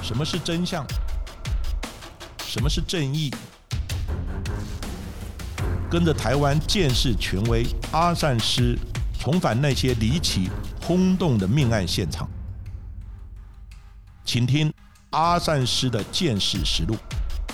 什么是真相？什么是正义？跟着台湾鉴识权威阿善师重返那些离奇轰动的命案现场，请听阿善师的鉴识实录。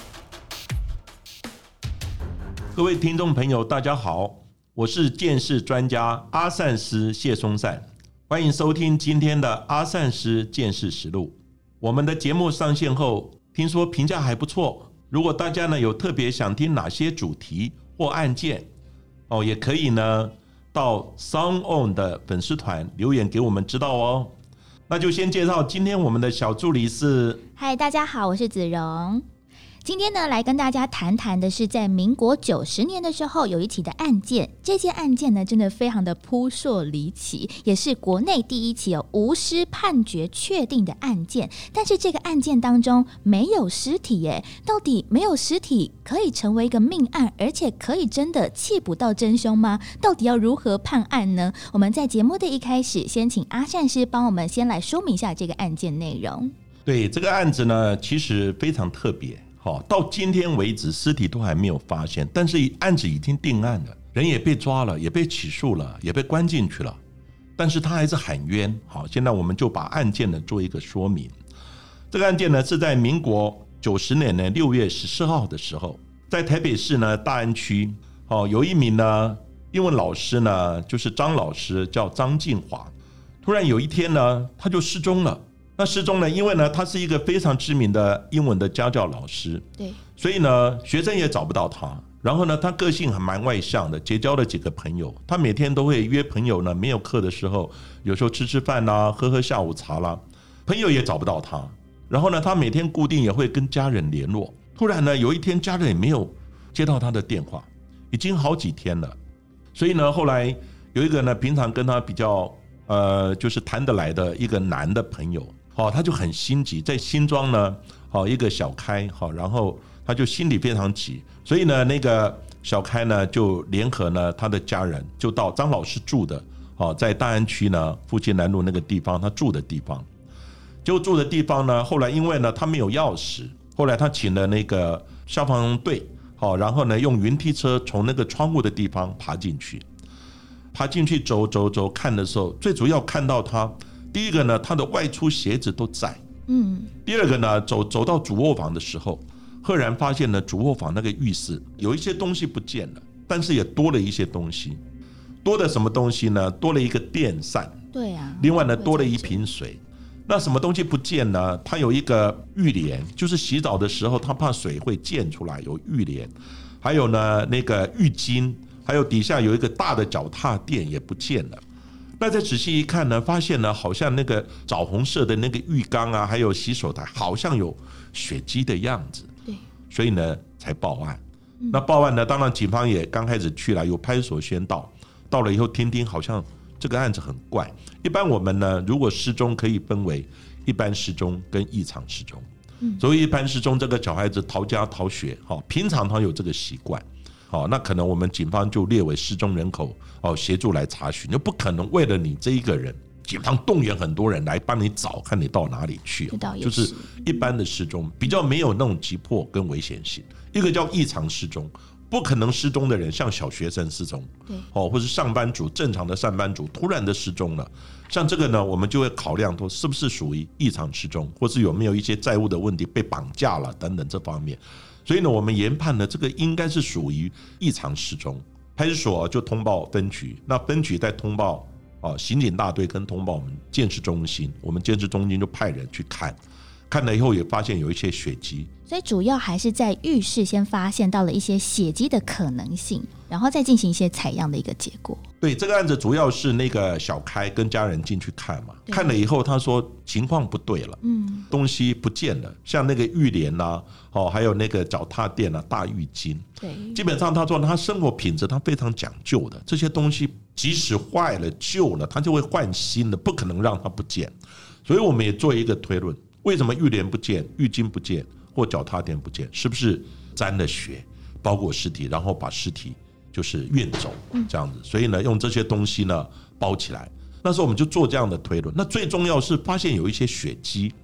各位听众朋友大家好，我是鉴识专家阿善师谢松善，欢迎收听今天的阿善师鉴识实录。我们的节目上线后听说评价还不错，如果大家呢有特别想听哪些主题或案件也可以呢到 SoundOn 的粉丝团留言给我们知道哦。那就先介绍今天我们的小助理是。 嗨，大家好，我是子荣。今天呢，来跟大家谈谈的是在民国90年的时候有一起的案件。这件案件呢，真的非常的扑朔离奇，也是国内第一起有无尸判决确定的案件。但是这个案件当中没有尸体耶，到底没有尸体可以成为一个命案，而且可以真的缉捕到真凶吗？到底要如何判案呢？我们在节目的一开始，先请阿善师帮我们先来说明一下这个案件内容。 对，这个案子呢，其实非常特别。到今天为止尸体都还没有发现，但是案子已经定案了，人也被抓了，也被起诉了，也被关进去了，但是他还是喊冤。好，现在我们就把案件呢做一个说明。这个案件呢是在民国90年呢6月14号的时候，在台北市呢大安区有一名呢英文老师呢，就是张老师，叫张进华，突然有一天呢他就失踪了。那失踪呢，因为呢他是一个非常知名的英文的家教老师， 对， 所以呢学生也找不到他。然后呢他个性还蛮外向的，结交了几个朋友，他每天都会约朋友呢，没有课的时候有时候吃饭啦，喝下午茶啦，朋友也找不到他。然后呢他每天固定也会跟家人联络，突然呢有一天家人也没有接到他的电话，已经好几天了。所以呢后来有一个呢平常跟他比较就是谈得来的一个男的朋友，他就很心急，在新庄呢一个小开，然后他就心里非常急，所以呢那个小开呢就联合呢他的家人，就到张老师住的在大安区呢复兴南路那个地方，他住的地方。就住的地方呢，后来因为呢他没有钥匙，后来他请了那个消防队，然后呢用云梯车从那个窗户的地方爬进去走看的时候，最主要看到他第一个呢，他的外出鞋子都在。第二个呢，走到主卧房的时候，赫然发现呢，主卧房那个浴室有一些东西不见了，但是也多了一些东西。多的什么东西呢？多了一个电扇。 对啊。 另外呢，多了一瓶水。那什么东西不见呢？他有一个浴帘，就是洗澡的时候他怕水会溅出来，有浴帘。还有呢，那个浴巾，还有底下有一个大的脚踏垫也不见了。那再仔细一看呢，发现呢，好像那个枣红色的那个浴缸啊，还有洗手台，好像有血迹的样子。 对， 所以呢，才报案。那报案呢，当然警方也刚开始去了，有派出所先到了以后听，好像这个案子很怪。一般我们呢，如果失踪可以分为一般失踪跟异常失踪。所以一般失踪，这个小孩子逃家逃学，平常他有这个习惯。那可能我们警方就列为失踪人口，协助来查询，就不可能为了你这一个人，警方动员很多人来帮你找，看你到哪里去。就是一般的失踪比较没有那种急迫跟危险性。一个叫异常失踪，不可能失踪的人，像小学生失踪，或是上班族正常的上班族突然的失踪了，像这个呢，我们就会考量说是不是属于异常失踪，或是有没有一些债务的问题，被绑架了等等这方面。所以呢，我们研判呢，这个应该是属于异常失踪，派出所就通报分局，那分局再通报刑警大队跟通报我们鉴识中心，我们鉴识中心就派人去看了以后也发现有一些血迹， 所以主要还是在浴室先发现到了一些血迹的可能性，然后再进行一些采样的一个结果。 对，这个案子主要是那个小开跟家人进去看嘛，看了以后他说情况不对了，东西不见了，像那个浴帘啊，还有那个脚踏垫啊，大浴巾， 对， 基本上他说他生活品质他非常讲究的，这些东西即使坏了旧了，他就会换新的，不可能让它不见。所以我们也做一个推论，为什么浴帘不见、浴巾不见或脚踏垫不见？是不是沾了血包裹尸体，然后把尸体就是运走这样子？所以呢，用这些东西呢包起来。那时候我们就做这样的推论。那最重要是发现有一些血迹，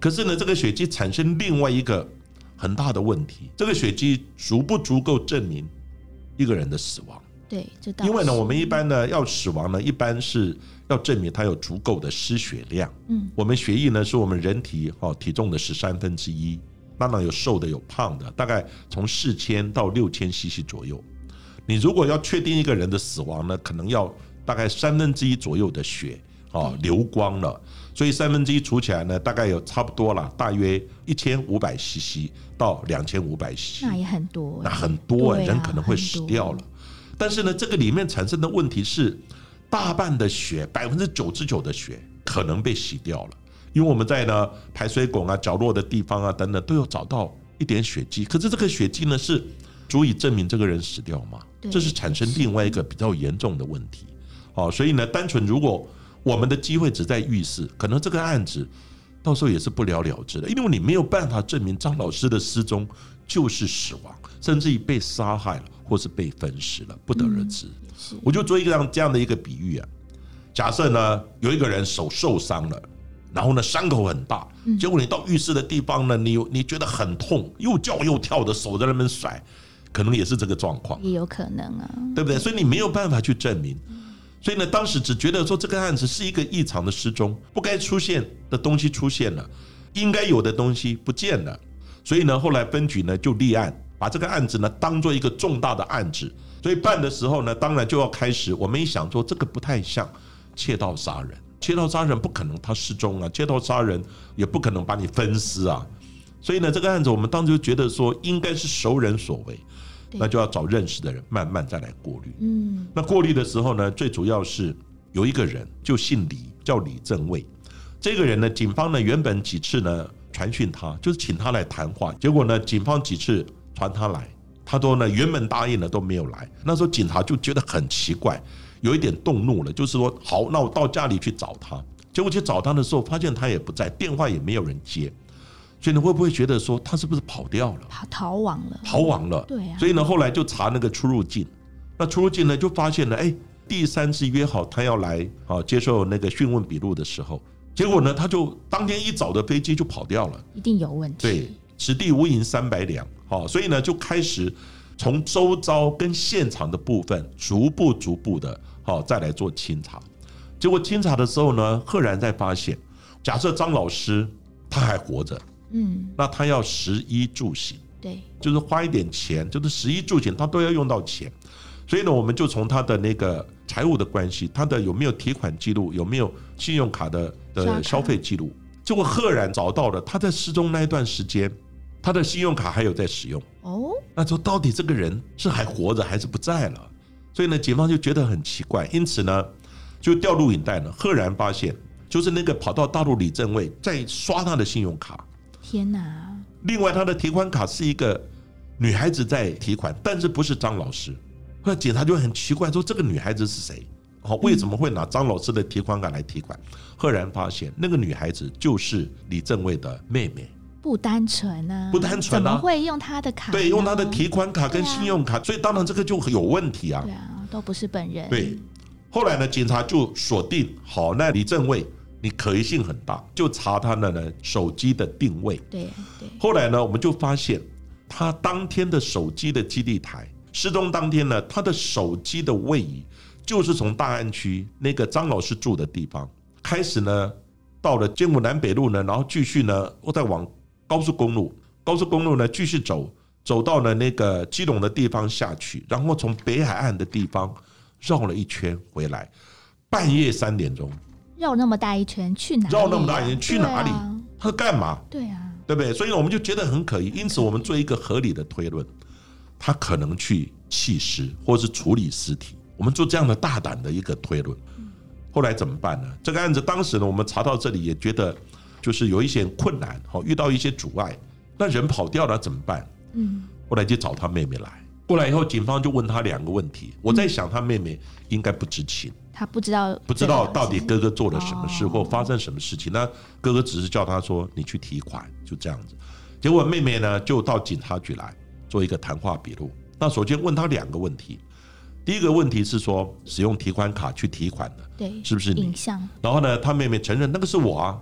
可是呢，这个血迹产生另外一个很大的问题，这个血迹足不足够证明一个人的死亡？ 对，因为呢，我们一般呢要死亡呢，一般是要证明他有足够的失血量。我们血液呢是我们人体体重的1/13，当然有瘦的有胖的，大概从4000到6000 cc 左右。你如果要确定一个人的死亡呢，可能要大概1/3左右的血流光了，所以1/3除起来呢，大概有差不多了，大约1500 cc 到2500 cc， 那也很多， 那很多人可能会死掉了。但是呢，这个里面产生的问题是，大半的血，99%的血可能被洗掉了，因为我们在呢排水孔啊、角落的地方啊等等都有找到一点血迹，可是这个血迹呢是足以证明这个人死掉吗？这是产生另外一个比较严重的问题。所以呢，单纯如果我们的机会只在预示，可能这个案子到时候也是不了了之的，因为你没有办法证明张老师的失踪就是死亡，甚至于被杀害了或是被分尸了，不得而知。我就做一个这样的一个比喻啊，假设呢有一个人手受伤了，然后呢伤口很大，结果你到浴室的地方呢，你觉得很痛，又叫又跳的手在那边甩，可能也是这个状况， 也有可能啊， 对不对？所以你没有办法去证明。所以呢，当时只觉得说这个案子是一个异常的失踪，不该出现的东西出现了，应该有的东西不见了。所以呢，后来分局呢就立案，把这个案子呢当做一个重大的案子。所以办的时候呢，当然就要开始，我们一想说这个不太像窃盗杀人，窃盗杀人不可能他失踪啊，窃盗杀人也不可能把你分尸啊。所以呢，这个案子我们当时就觉得说应该是熟人所为。那就要找认识的人慢慢再来过滤。那过滤的时候呢，最主要是有一个人就姓李，叫李正卫。这个人呢，警方呢原本几次呢传讯他，就是请他来谈话，结果呢警方几次传他来，他都呢原本答应了都没有来。那时候警察就觉得很奇怪，有一点动怒了，就是说好，那我到家里去找他。结果去找他的时候，发现他也不在，电话也没有人接。所以你会不会觉得说他是不是跑掉了？ 逃亡了？ 逃亡了， 对啊。 所以呢，后来就查那个出入境，那出入境呢就发现了，第3次约好他要来接受那个讯问笔录的时候，结果呢他就当天一早的飞机就跑掉了， 一定有问题。 对，此地无银300两，所以呢就开始从周遭跟现场的部分逐步的再来做清查。结果清查的时候呢，赫然在发现，假设张老师他还活着。那他要食衣住行， 对， 就是花一点钱，就是食衣住行他都要用到钱。所以呢，我们就从他的那个财务的关系，他的有没有提款记录，有没有信用卡的消费记录，结果赫然找到了他在失踪那一段时间，他的信用卡还有在使用。那说到底这个人是还活着还是不在了？所以呢，警方就觉得很奇怪，因此呢，就调录影带呢，赫然发现就是那个跑到大陆李正卫在刷他的信用卡。 天哪！ 另外，他的提款卡是一个女孩子在提款，但是不是张老师。那警察就很奇怪，说这个女孩子是谁？为什么会拿张老师的提款卡来提款？赫然发现那个女孩子就是李正卫的妹妹。 不单纯啊， 不单纯啊， 怎么会用他的卡？ 对，用他的提款卡跟信用卡，所以当然这个就有问题啊。 对啊，都不是本人。 对，后来呢，警察就锁定好，那李正卫。你可疑性很大，就查他的呢手机的定位。 对。 后来呢，我们就发现他当天的手机的基地台，失踪当天呢，他的手机的位移就是从大安区那个张老师住的地方开始呢，到了建武南北路呢，然后继续呢，再往高速公路呢继续走到了那个基隆的地方下去，然后从北海岸的地方绕了一圈回来，半夜3点钟。 绕那么大一圈去哪里？ 绕那么大一圈去哪里？他干嘛？ 对啊， 对不对？所以我们就觉得很可疑，因此我们做一个合理的推论，他可能去弃尸或是处理尸体，我们做这样的大胆的一个推论。后来怎么办呢？这个案子当时呢，我们查到这里也觉得就是有一些困难，遇到一些阻碍，那人跑掉了怎么办？后来就找他妹妹来。过来以后，警方就问他2个问题。我在想，他妹妹应该不知情， 他不知道到底哥哥做了什么事或发生什么事情。那哥哥只是叫他说你去提款，就这样子。结果妹妹呢就到警察局来做一个谈话笔录。那首先问他2个问题，第一个问题是说使用提款卡去提款的， 对， 是不是你？ 影像。 然后呢，他妹妹承认那个是我啊，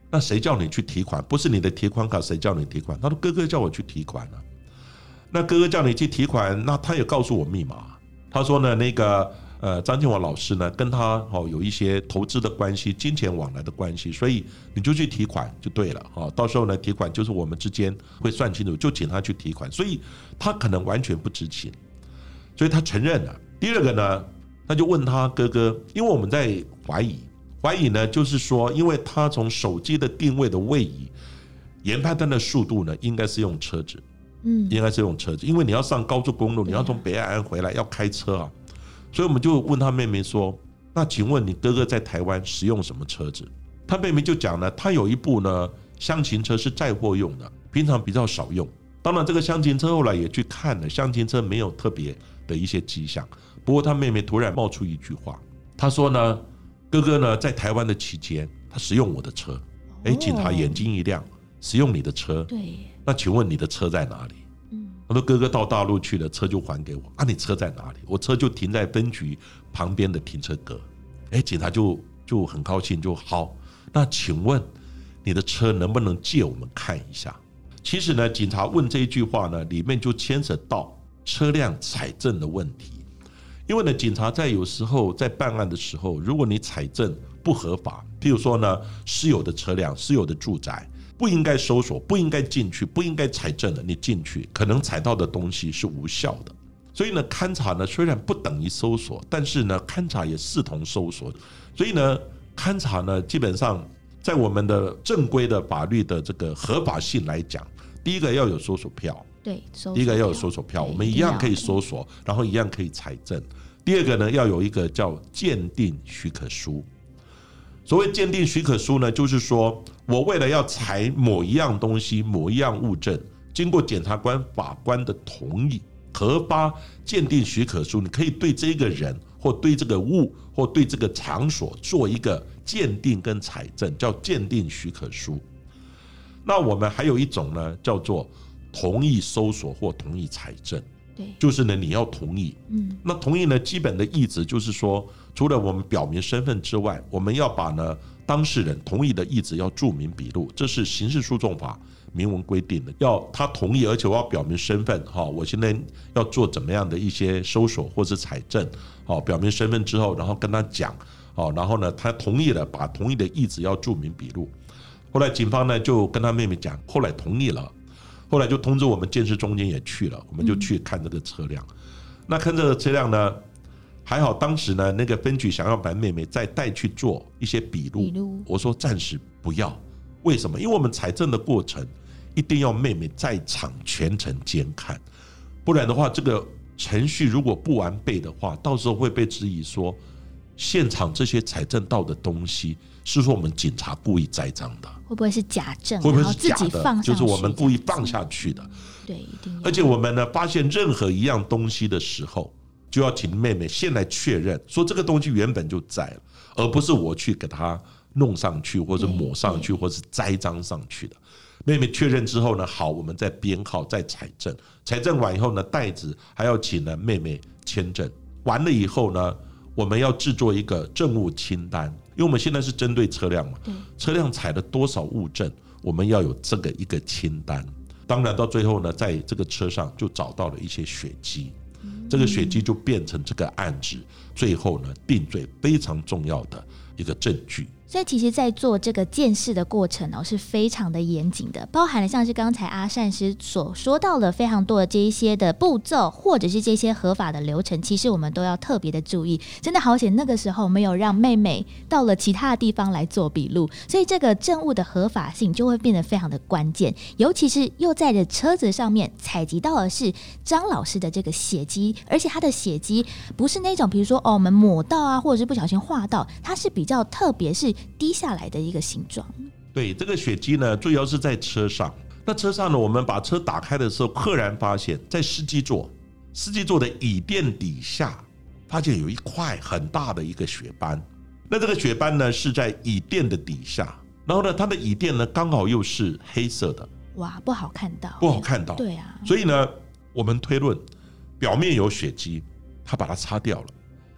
那谁叫你去提款？不是你的提款卡，谁叫你提款？他说哥哥叫我去提款了。那哥哥叫你去提款，那他也告诉我密码。他说呢，那个张建华老师呢，跟他有一些投资的关系、金钱往来的关系，所以你就去提款就对了。到时候呢，提款就是我们之间会算清楚，就请他去提款。所以他可能完全不知情，所以他承认了。第二个呢，他就问他哥哥，因为我们在怀疑呢，就是说，因为他从手机的定位的位移研判他的速度呢，应该是用车子。应该是用车子，因为你要上高速公路，你要从北海岸回来要开车啊，所以我们就问他妹妹说：“那请问你哥哥在台湾使用什么车子？”他妹妹就讲呢，他有一部呢厢型车是载货用的，平常比较少用。当然，这个厢型车后来也去看了，厢型车没有特别的一些迹象。不过他妹妹突然冒出一句话，他说呢，哥哥呢在台湾的期间，他使用我的车。警察眼睛一亮，使用你的车？对。那请问你的车在哪里？他说哥哥到大陆去了，车就还给我啊。你车在哪里？我车就停在分局旁边的停车格。警察就很高兴，就好。那请问你的车能不能借我们看一下？其实呢，警察问这一句话呢，里面就牵扯到车辆采证的问题。因为呢，警察在有时候在办案的时候，如果你采证不合法，譬如说呢，私有的车辆、私有的住宅。不应该搜索，不应该进去，不应该采证的，你进去可能采到的东西是无效的。所以呢，勘查呢虽然不等于搜索，但是呢，勘查也视同搜索。所以呢，勘查呢基本上在我们的正规的法律的这个合法性来讲，第一个要有搜索票， 对， 第一个要有搜索票，我们一样可以搜索，然后一样可以采证。第二个呢，要有一个叫鉴定许可书。所谓鉴定许可书呢，就是说我为了要采某一样东西、某一样物证，经过检察官、法官的同意，核发鉴定许可书，你可以对这个人或对这个物或对这个场所做一个鉴定跟采证，叫鉴定许可书。那我们还有一种呢，叫做同意搜索或同意采证。就是呢，你要同意。那同意呢，基本的意思就是说，除了我们表明身份之外，我们要把呢当事人同意的意思要注明笔录，这是刑事诉讼法明文规定的，要他同意，而且我要表明身份。我现在要做怎么样的一些搜索或是采证，表明身份之后，然后跟他讲，然后呢他同意了，把同意的意思要注明笔录。后来警方呢就跟他妹妹讲，后来同意了。后来就通知我们鉴识中间也去了，我们就去看这个车辆。那看这个车辆呢，还好当时呢，那个分局想要把妹妹再带去做一些笔录，我说暂时不要。为什么？因为我们采证的过程一定要妹妹在场全程监看，不然的话，这个程序如果不完备的话，到时候会被质疑说，现场这些采证到的东西是说我们警察故意栽赃的， 会不会是假证？ 会不会是假的？ 然后自己放上去， 就是我们故意放下去的。 对，一定要。 而且我们呢，发现任何一样东西的时候，就要请妹妹先来确认，说这个东西原本就在了，而不是我去给它弄上去，或者抹上去，或是栽赃上去的。妹妹确认之后呢，好，我们再编号，再采证。采证完以后呢，袋子还要请呢妹妹签证。完了以后呢，我们要制作一个证物清单，因为我们现在是针对车辆嘛，车辆采了多少物证，我们要有这个一个清单。当然到最后呢，在这个车上就找到了一些血迹，这个血迹就变成这个案子最后呢定罪非常重要的一个证据。 所以其实在做这个鉴识的过程是非常的严谨的，包含了像是刚才阿善师所说到的非常多的这一些的步骤，或者是这些合法的流程，其实我们都要特别的注意。真的好险那个时候没有让妹妹到了其他的地方来做笔录，所以这个证物的合法性就会变得非常的关键。尤其是又在这车子上面采集到的是张老师的这个血迹，而且他的血迹不是那种比如说我们抹到啊，或者是不小心划到，它是比较特别是滴下来的一个形状。 对，这个血迹呢，主要是在车上。那车上呢，我们把车打开的时候，赫然发现，在司机座的椅垫底下，发现有一块很大的一个血斑。那这个血斑呢，是在椅垫的底下，然后呢，它的椅垫呢，刚好又是黑色的。 哇，不好看到， 不好看到。 对啊， 所以呢，我们推论表面有血迹，他把它擦掉了。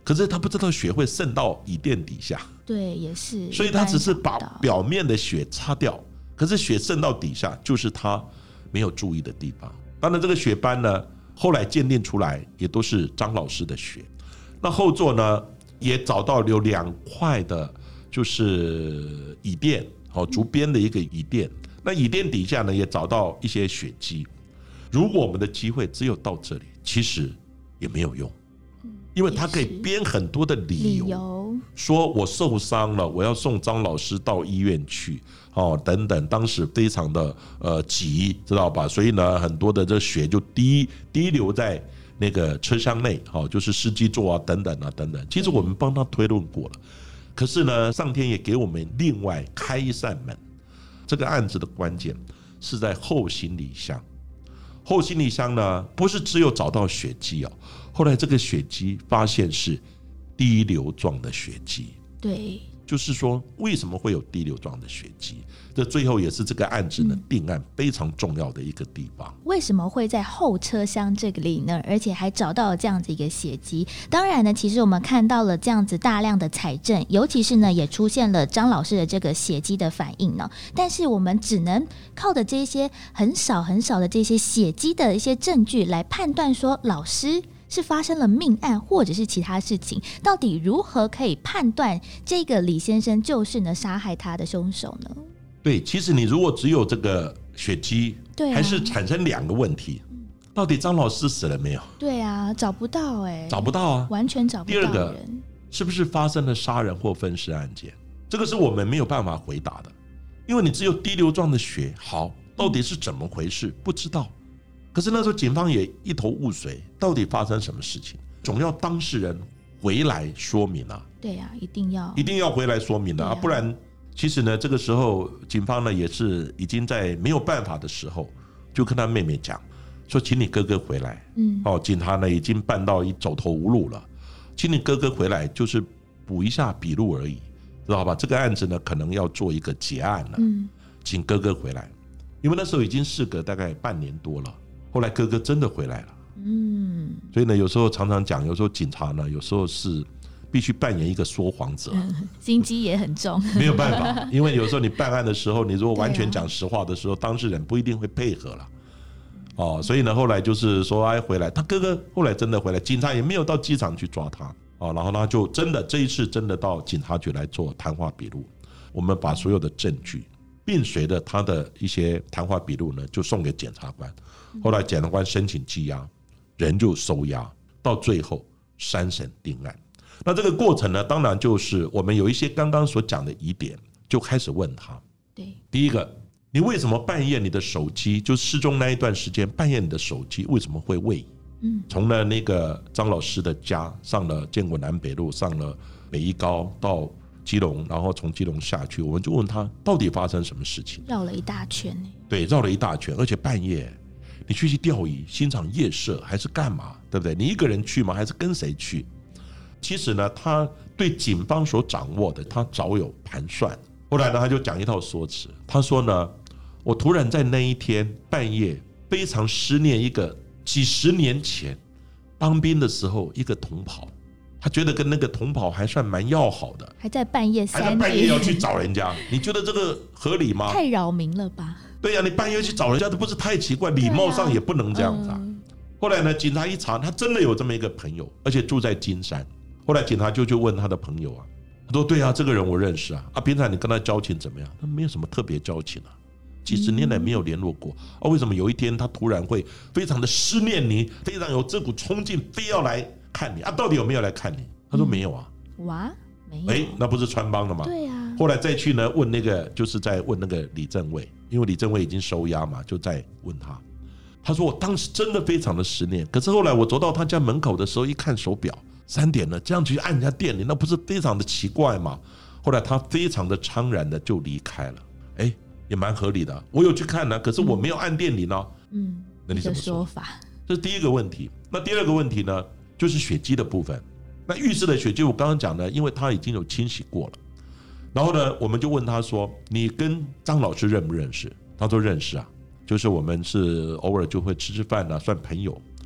可是他不知道血会渗到椅垫底下， 对，也是， 所以他只是把表面的血擦掉，可是血渗到底下就是他没有注意的地方。当然这个血斑呢后来鉴定出来也都是张老师的血。那后座呢也找到有2块的就是椅垫，竹编的一个椅垫，那椅垫底下呢也找到一些血迹。如果我们的机会只有到这里，其实也没有用，因为他可以编很多的理由，说我受伤了，我要送张老师到医院去，等等，当时非常的急，知道吧？所以呢，很多的这血就滴流在那个车厢内，就是司机座啊，等等啊，等等。其实我们帮他推论过了，可是呢，上天也给我们另外开一扇门。这个案子的关键是在后行李箱。后行李箱呢，不是只有找到血迹哦，后来这个血迹发现是滴流状的血迹。 对， 就是说为什么会有滴流状的血迹，这最后也是这个案子呢定案非常重要的一个地方。 为什么会在后车厢这里呢？而且还找到了这样子一个血迹。当然呢，其实我们看到了这样子大量的采证，尤其是呢也出现了张老师的这个血迹的反应呢。但是我们只能靠着这些很少很少的这些血迹的一些证据来判断说老师是发生了命案或者是其他事情，到底如何可以判断这个李先生就是呢杀害他的凶手呢？ 对，其实你如果只有这个血迹，还是产生2个问题，到底张老师死了没有？ 对啊，找不到找不到啊， 完全找不到人。 第2个，是不是发生了杀人或分尸案件？这个是我们没有办法回答的，因为你只有滴流状的血，好，到底是怎么回事？不知道。可是那时候警方也一头雾水，到底发生什么事情？总要当事人回来说明啊。 对啊，一定要回来说明的啊，不然其实呢，这个时候警方呢也是已经在没有办法的时候，就跟他妹妹讲说，请你哥哥回来。警察呢已经办到走投无路了，请你哥哥回来，就是补一下笔录而已，知道吧？这个案子呢可能要做一个结案了，请哥哥回来，因为那时候已经事隔大概半年多了。后来哥哥真的回来了，所以呢，有时候常常讲，有时候警察呢，有时候是必须扮演一个说谎者， 心机也很重， 没有办法，因为有时候你办案的时候，你如果完全讲实话的时候，当事人不一定会配合了，所以呢，后来就是说，回来，他哥哥后来真的回来，警察也没有到机场去抓他，然后他就真的这一次真的到警察局来做谈话笔录，我们把所有的证据并随着他的一些谈话笔录呢，就送给检察官。后来检察官申请羁押，人就收押，到最后3审定案。那这个过程呢，当然就是我们有一些刚刚所讲的疑点，就开始问他。 对， 第一个，你为什么半夜你的手机就失踪那一段时间，半夜你的手机为什么会位移？从了那个张老师的家，上了建国南北路，上了北一高到基隆，然后从基隆下去，我们就问他到底发生什么事情， 绕了一大圈。 对，绕了一大圈，而且半夜你去钓鱼，欣赏夜色还是干嘛，对不对？你一个人去吗？还是跟谁去？其实呢，他对警方所掌握的，他早有盘算。后来呢，他就讲一套说辞，他说呢，我突然在那一天半夜非常思念一个几10年前当兵的时候一个同袍，他觉得跟那个同袍还算蛮要好的， 还在半夜3点， 还在半夜要去找人家，你觉得这个合理吗？ 太扰民了吧？ 对呀，你半夜去找人家，这不是太奇怪？礼貌上也不能这样子。后来呢，警察一查，他真的有这么一个朋友，而且住在金山。后来警察就问他的朋友啊，他说：“对啊，这个人我认识啊，平常你跟他交情怎么样？”他没有什么特别交情啊，几10年来没有联络过啊。为什么有一天他突然会非常的思念你，非常有这股冲劲，非要来看你啊？到底有没有来看你？他说没有啊。 哇，没有。 那不是穿帮了吗？ 对啊。 后来再去呢问那个，就是在问那个李正伟，因为李正伟已经收押嘛，就在问他。他说我当时真的非常的思念，可是后来我走到他家门口的时候，一看手表3点了，这样去按人家店里，那不是非常的奇怪吗？后来他非常的苍然的就离开了，也蛮合理的。我有去看呢，可是我没有按店里呢。那你怎么说法？这是第一个问题。那第二个问题呢，就是血迹的部分。那浴室的血迹，我刚刚讲的，因为他已经有清洗过了。然后呢，我们就问他说：“你跟张老师认不认识？”他说认识啊，就是我们是偶尔就会吃饭啊，算朋友。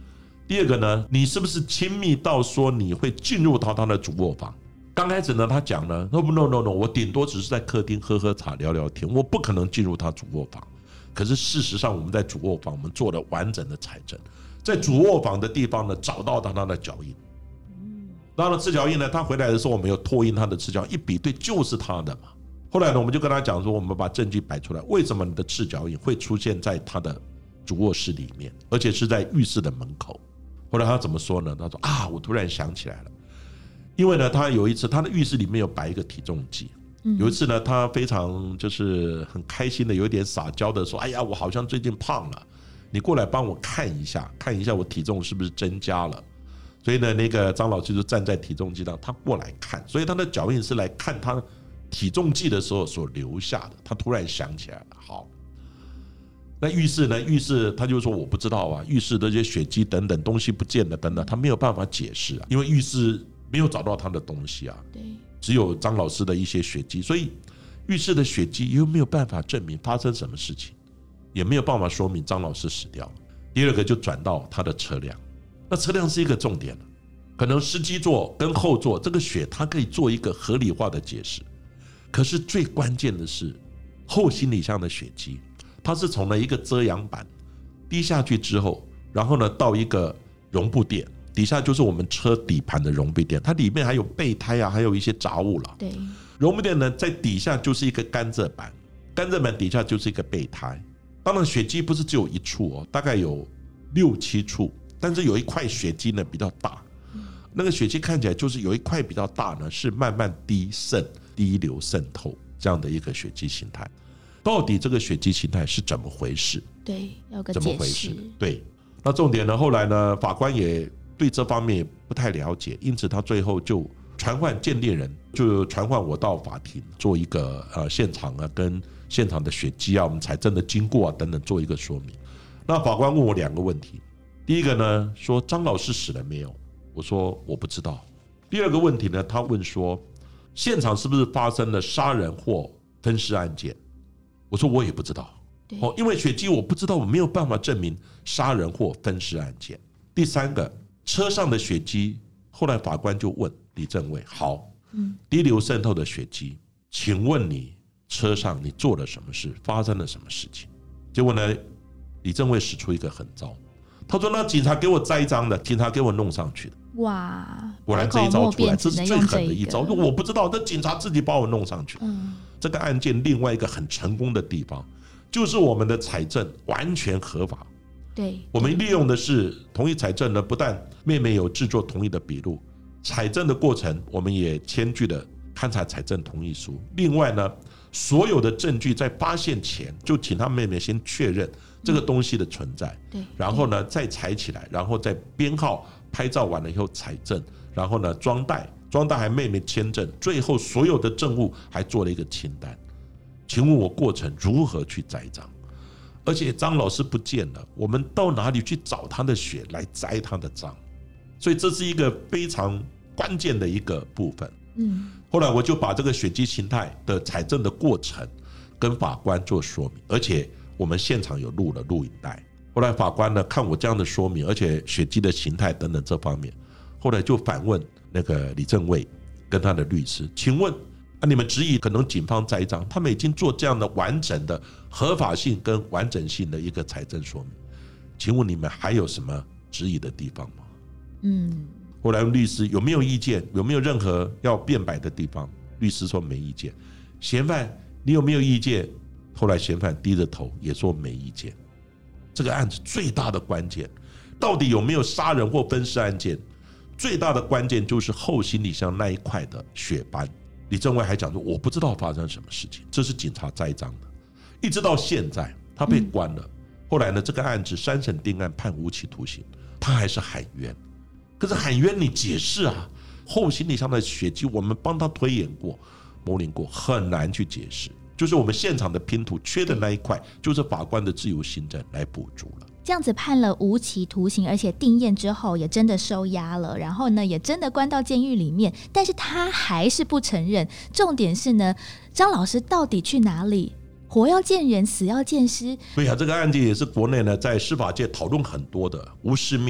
第二个呢，你是不是亲密到说你会进入到他的主卧房？刚开始呢，他讲呢 ，no， 我顶多只是在客厅喝喝茶、聊聊天，我不可能进入他主卧房。可是事实上，我们在主卧房，我们做了完整的采证，在主卧房的地方呢，找到他的脚印。然后呢，赤脚印呢，他回来的时候，我们有拓印他的赤脚印，一比对就是他的嘛。后来呢，我们就跟他讲说，我们把证据摆出来，为什么你的赤脚印会出现在他的主卧室里面，而且是在浴室的门口？后来他怎么说呢？他说啊，我突然想起来了，因为呢，他有一次他的浴室里面有摆一个体重计，有一次呢，他非常就是很开心的，有一点撒娇的说：“哎呀，我好像最近胖了，你过来帮我看一下我体重是不是增加了。”所以呢，那个张老师就站在体重计上，他过来看，所以他的脚印是来看他体重计的时候所留下的。他突然想起来了，好。那浴室呢？浴室他就说我不知道啊，浴室的这些血迹等等东西不见了等等，他没有办法解释啊，因为浴室没有找到他的东西啊， 对， 只有张老师的一些血迹，所以浴室的血迹又没有办法证明发生什么事情，也没有办法说明张老师死掉了。第二个就转到他的车辆，那车辆是一个重点，可能司机座跟后座这个血，他可以做一个合理化的解释，可是最关键的是后行李箱的血迹。它是从了一个遮阳板滴下去之后，然后呢到一个绒布垫，底下就是我们车底盘的绒布垫，它里面还有备胎啊，还有一些杂物了。 对， 绒布垫呢在底下就是一个甘蔗板，甘蔗板底下就是一个备胎。当然血迹不是只有一处哦，大概有6、7处，但是有一块血迹呢比较大，那个血迹看起来就是有一块比较大呢，是慢慢滴流渗透这样的一个血迹形态。到底这个血迹形态是怎么回事？ 对，要个怎么回事？对，那重点呢？后来呢，法官也对这方面不太了解，因此他最后就传唤鉴定人，就传唤我到法庭做一个现场啊，跟现场的血迹啊，我们采证的经过啊等等做一个说明。那法官问我2个问题，第一个呢说张老师死了没有？我说我不知道。第二个问题呢，他问说现场是不是发生了杀人或分尸案件？我说我也不知道，因为血迹我不知道，我没有办法证明杀人或分尸案件。第三个，车上的血迹，后来法官就问李正卫，好，滴流渗透的血迹，请问你车上你做了什么事，发生了什么事情？结果呢，李正卫使出一个狠招，他说那警察给我栽赃的，警察给我弄上去的。 哇， 果然这一招出来，这是最狠的一招。我不知道，那警察自己把我弄上去。这个案件另外一个很成功的地方，就是我们的采证完全合法。 对， 我们利用的是同意采证呢，不但妹妹有制作同意的笔录，采证的过程我们也签具了勘查采证同意书。另外呢，所有的证据在发现前就请他妹妹先确认这个东西的存在，然后呢再采起来，然后再编号拍照完了以后采证，然后呢装袋还妹妹签证，最后所有的证物还做了一个清单。请问我过程如何去栽赃？而且张老师不见了，我们到哪里去找他的血来栽他的赃？所以这是一个非常关键的一个部分。后来我就把这个血迹形态的采证的过程跟法官做说明，而且我们现场有录了录影带。后来法官呢看我这样的说明，而且血迹的形态等等这方面，后来就反问那个李正卫跟他的律师，请问你们质疑可能警方栽赃，他们已经做这样的完整的合法性跟完整性的一个采证说明，请问你们还有什么质疑的地方吗？后来律师有没有意见，有没有任何要辩白的地方？律师说没意见。嫌犯你有没有意见？后来嫌犯低着头也说没意见。这个案子最大的关键到底有没有杀人或分尸案件，最大的关键就是后行李箱那一块的血斑。李正卫还讲说我不知道发生什么事情，这是警察栽赃的。一直到现在他被关了，后来呢这个案子3审定案判无期徒刑，他还是喊冤。可是喊冤你解释啊，后行李箱的血迹我们帮他推演过模拟过，很难去解释。就是我们现场的拼图缺的那一块，就是法官的自由行政来补足了。 这样子判了无期徒刑，而且定验之后也真的收押了，然后呢也真的关到监狱里面，但是他还是不承认。重点是呢，张老师到底去哪里？活要见人，死要见尸。 对啊，这个案件也是国内呢在司法界讨论很多的无尸命案。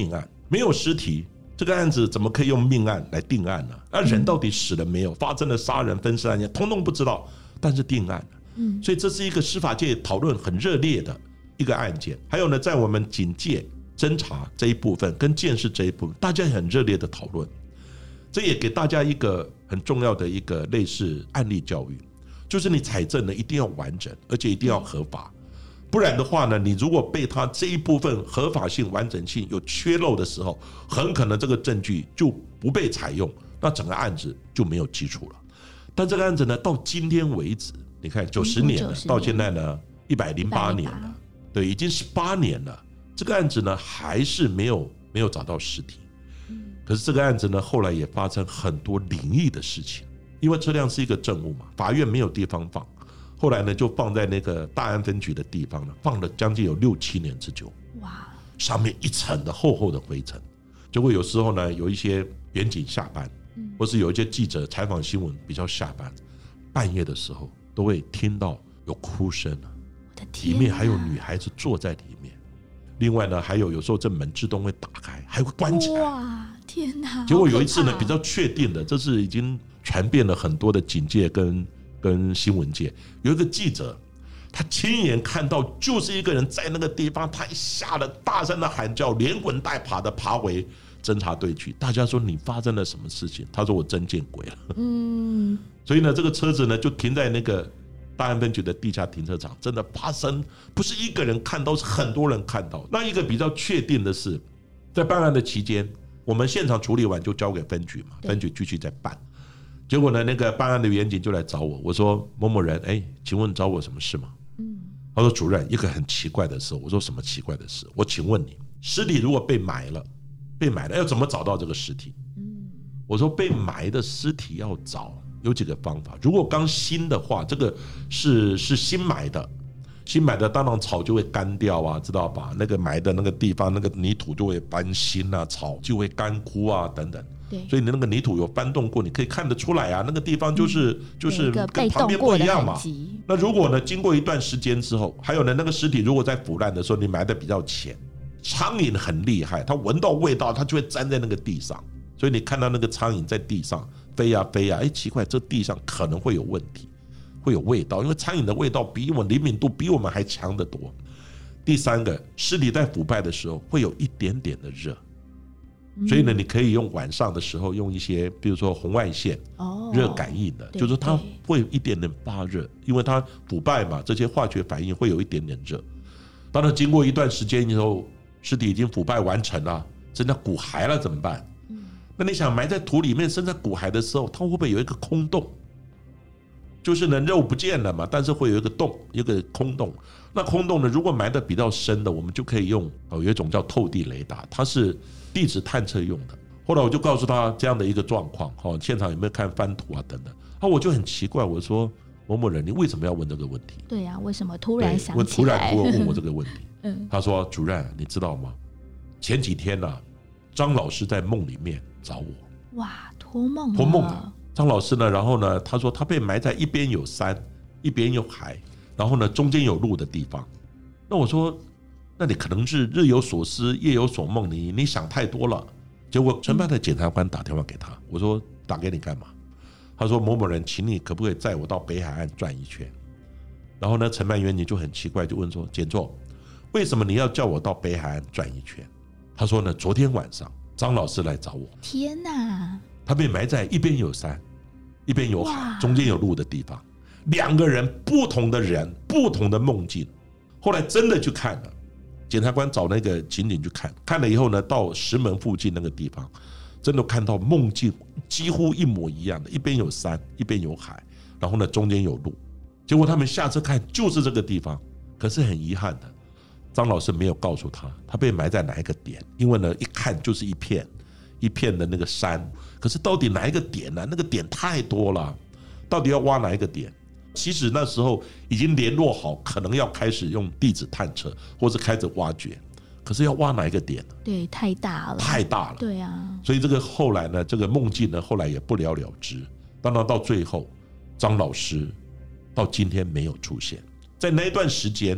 没有尸体，这个案子怎么可以用命案来定案呢？那人到底死了没有？发生了杀人分尸案件，通通不知道，但是定案了。所以这是一个司法界讨论很热烈的一个案件。还有呢，在我们警戒、侦查这一部分跟鉴识这一部分，大家也很热烈的讨论。这也给大家一个很重要的一个类似案例教育，就是你采证呢一定要完整，而且一定要合法。不然的话呢，你如果被他这一部分合法性、完整性有缺漏的时候，很可能这个证据就不被采用，那整个案子就没有基础了。但这个案子呢，到今天为止，你看90年了，到现在呢108年了，对，已经18年了，这个案子呢还是没有找到尸体。可是这个案子呢，后来也发生很多灵异的事情，因为车辆是一个证物嘛，法院没有地方放。后来呢，就放在那个大安分局的地方呢，放了将近有6、7年之久。哇！上面一层的厚厚的灰尘。结果有时候呢，有一些员警下班，或是有一些记者采访新闻比较下班，半夜的时候都会听到有哭声啊，里面还有女孩子坐在里面。另外呢，还有时候这门自动会打开，还会关起来。 哇！天哪！ 结果有一次呢，比较确定的，这是已经传遍了很多的警界跟新闻界，有一个记者，他亲眼看到就是一个人在那个地方，他吓得大声的喊叫，连滚带爬的爬回侦查队去。大家说你发生了什么事情？他说我真见鬼了。所以呢，这个车子呢就停在那个大安分局的地下停车场，真的发生不是一个人看到，是很多人看到。那一个比较确定的是，在办案的期间，我们现场处理完就交给分局嘛，分局继续再办。结果呢，那个办案的员警就来找我，我说某某人，请问找我什么事吗？他说主任，一个很奇怪的事。我说什么奇怪的事？我请问你，尸体如果被埋了要怎么找到这个尸体？我说被埋的尸体要找有几个方法。如果刚新的话，这个是新埋的，当然草就会干掉啊，知道吧？那个埋的那个地方，那个泥土就会翻新啊，草就会干枯啊，等等。所以你那个泥土有翻动过，你可以看得出来啊，那个地方就是跟旁边不一样嘛。那如果呢，经过一段时间之后，还有呢，那个尸体如果在腐烂的时候，你埋的比较浅，苍蝇很厉害，它闻到味道，它就会粘在那个地上。所以你看到那个苍蝇在地上飞呀飞呀，奇怪，这地上可能会有问题，会有味道，因为苍蝇的味道比我们灵敏度比我们还强得多。第三个，尸体在腐败的时候会有一点点的热。所以呢，你可以用晚上的时候用一些，比如说红外线热感应的，就是它会有一点点发热，因为它腐败嘛，这些化学反应会有一点点热。当然，经过一段时间以后，尸体已经腐败完成了，剩下骨骸了怎么办？那你想埋在土里面，剩下骨骸的时候，它会不会有一个空洞？就是呢，肉不见了嘛，但是会有一个洞，一个空洞。那空洞呢，如果埋得比较深的，我们就可以用有一种叫透地雷达，它是地质探测用的。后来我就告诉他这样的一个状况，现场有没有看翻土啊等等。我就很奇怪，我说某某人，你为什么要问这个问题？ 对呀，为什么突然想起来？ 突然问我这个问题。他说主任，你知道吗？前几天呢，张老师在梦里面找我。哇，托梦了。张老师呢，然后呢，他说他被埋在一边有山，一边有海，然后呢中间有路的地方。那我说，那你可能是日有所思，夜有所梦，你想太多了。结果承办的检察官打电话给他，我说打给你干嘛？他说某某人，请你可不可以载我到北海岸转一圈？然后呢，承办员你就很奇怪，就问说，检座，为什么你要叫我到北海岸转一圈？他说呢，昨天晚上张老师来找我。天哪！他被埋在一边有山，一边有海，中间有路的地方。两个人，不同的梦境。后来真的去看了，检察官找那个刑警去看了以后呢，到石门附近那个地方，真的看到梦境几乎一模一样的，一边有山，一边有海，然后呢中间有路。结果他们下车看就是这个地方，可是很遗憾的，张老师没有告诉他被埋在哪一个点，因为呢一看就是一片的那个山，可是到底哪一个点呢？那个点太多了，到底要挖哪一个点？其实那时候已经联络好，可能要开始用地质探测，或者开始挖掘，可是要挖哪一个点呢？对，太大了。对啊，所以这个后来呢，这个梦境呢，后来也不了了之。当然到最后，张老师到今天没有出现。在那一段时间，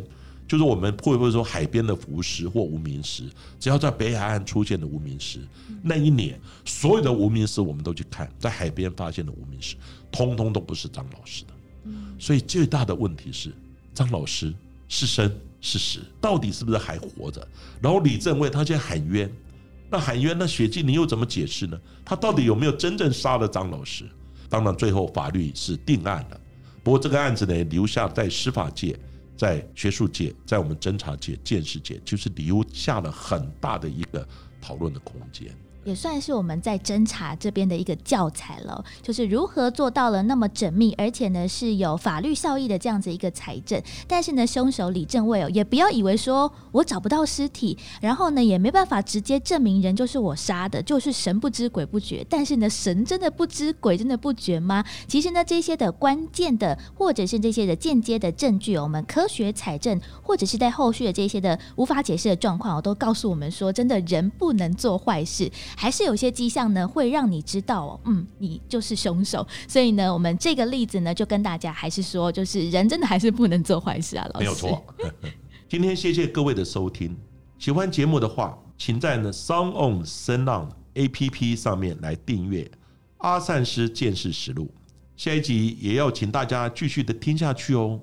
就是我们会不会说海边的浮尸或无名尸，只要在北海岸出现的无名尸，那一年所有的无名尸我们都去看，在海边发现的无名尸通通都不是张老师的。所以最大的问题是张老师是生是死，到底是不是还活着？然后李正卫他现在喊冤，那喊冤，那血迹你又怎么解释呢？他到底有没有真正杀了张老师？当然最后法律是定案了，不过这个案子呢，留下在司法界、在学术界、在我们侦查界、鉴识界，就是留下了很大的一个讨论的空间， 也算是我们在侦查这边的一个教材了，就是如何做到了那么缜密，而且呢是有法律效益的这样子一个财政。但是呢，凶手李正卫也不要以为说我找不到尸体，然后呢也没办法直接证明人就是我杀的，就是神不知鬼不觉。但是呢，神真的不知鬼真的不觉吗？其实呢，这些的关键的或者是这些的间接的证据，我们科学采证或者是在后续的这些的无法解释的状况，都告诉我们说，真的人不能做坏事。还是有些迹象呢，会让你知道你就是凶手。所以呢，我们这个例子呢，就跟大家还是说，就是人真的还是不能做坏事啊，老师。 没有错。今天谢谢各位的收听，喜欢节目的话，请在Sound On 声浪 APP 上面来订阅阿善师见识实录。下一集也要请大家继续的听下去哦。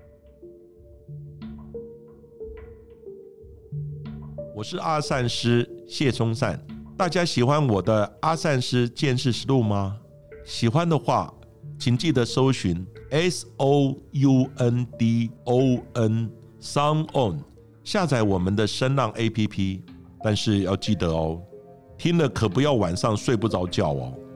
我是阿善师谢松善。大家喜欢我的阿善师见识实录吗？喜欢的话，请记得搜寻 SOUNDON Sound On， 下载我们的声浪 APP。但是要记得哦，听了可不要晚上睡不着觉哦。